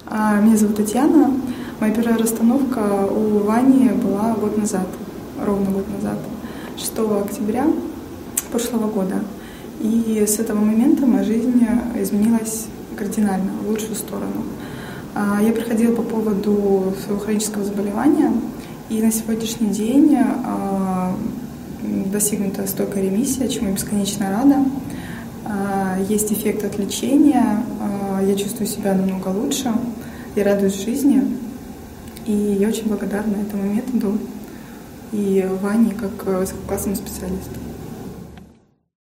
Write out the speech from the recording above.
Меня зовут Татьяна. Моя первая расстановка у Вани была год назад, ровно год назад, 6 октября прошлого года. И с этого момента моя жизнь изменилась кардинально, в лучшую сторону. Я проходила по поводу своего хронического заболевания, и на сегодняшний день достигнута стойкая ремиссия, чему я бесконечно рада. Есть эффект от лечения, я чувствую себя намного лучше, я радуюсь жизни, и я очень благодарна этому методу и Ване как классному специалисту.